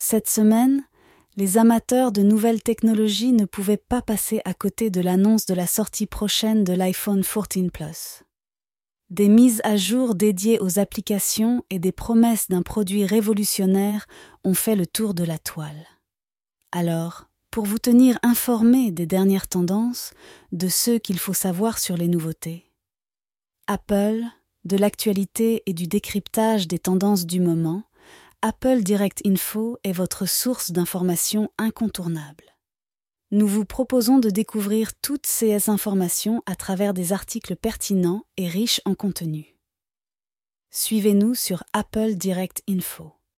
Cette semaine, les amateurs de nouvelles technologies ne pouvaient pas passer à côté de l'annonce de la sortie prochaine de l'iPhone 14 Plus. Des mises à jour dédiées aux applications et des promesses d'un produit révolutionnaire ont fait le tour de la toile. Alors, pour vous tenir informés des dernières tendances, de ce qu'il faut savoir sur les nouveautés, Apple, de l'actualité et du décryptage des tendances du moment, Apple Direct Info est votre source d'informations incontournable. Nous vous proposons de découvrir toutes ces informations à travers des articles pertinents et riches en contenu. Suivez-nous sur Apple Direct Info.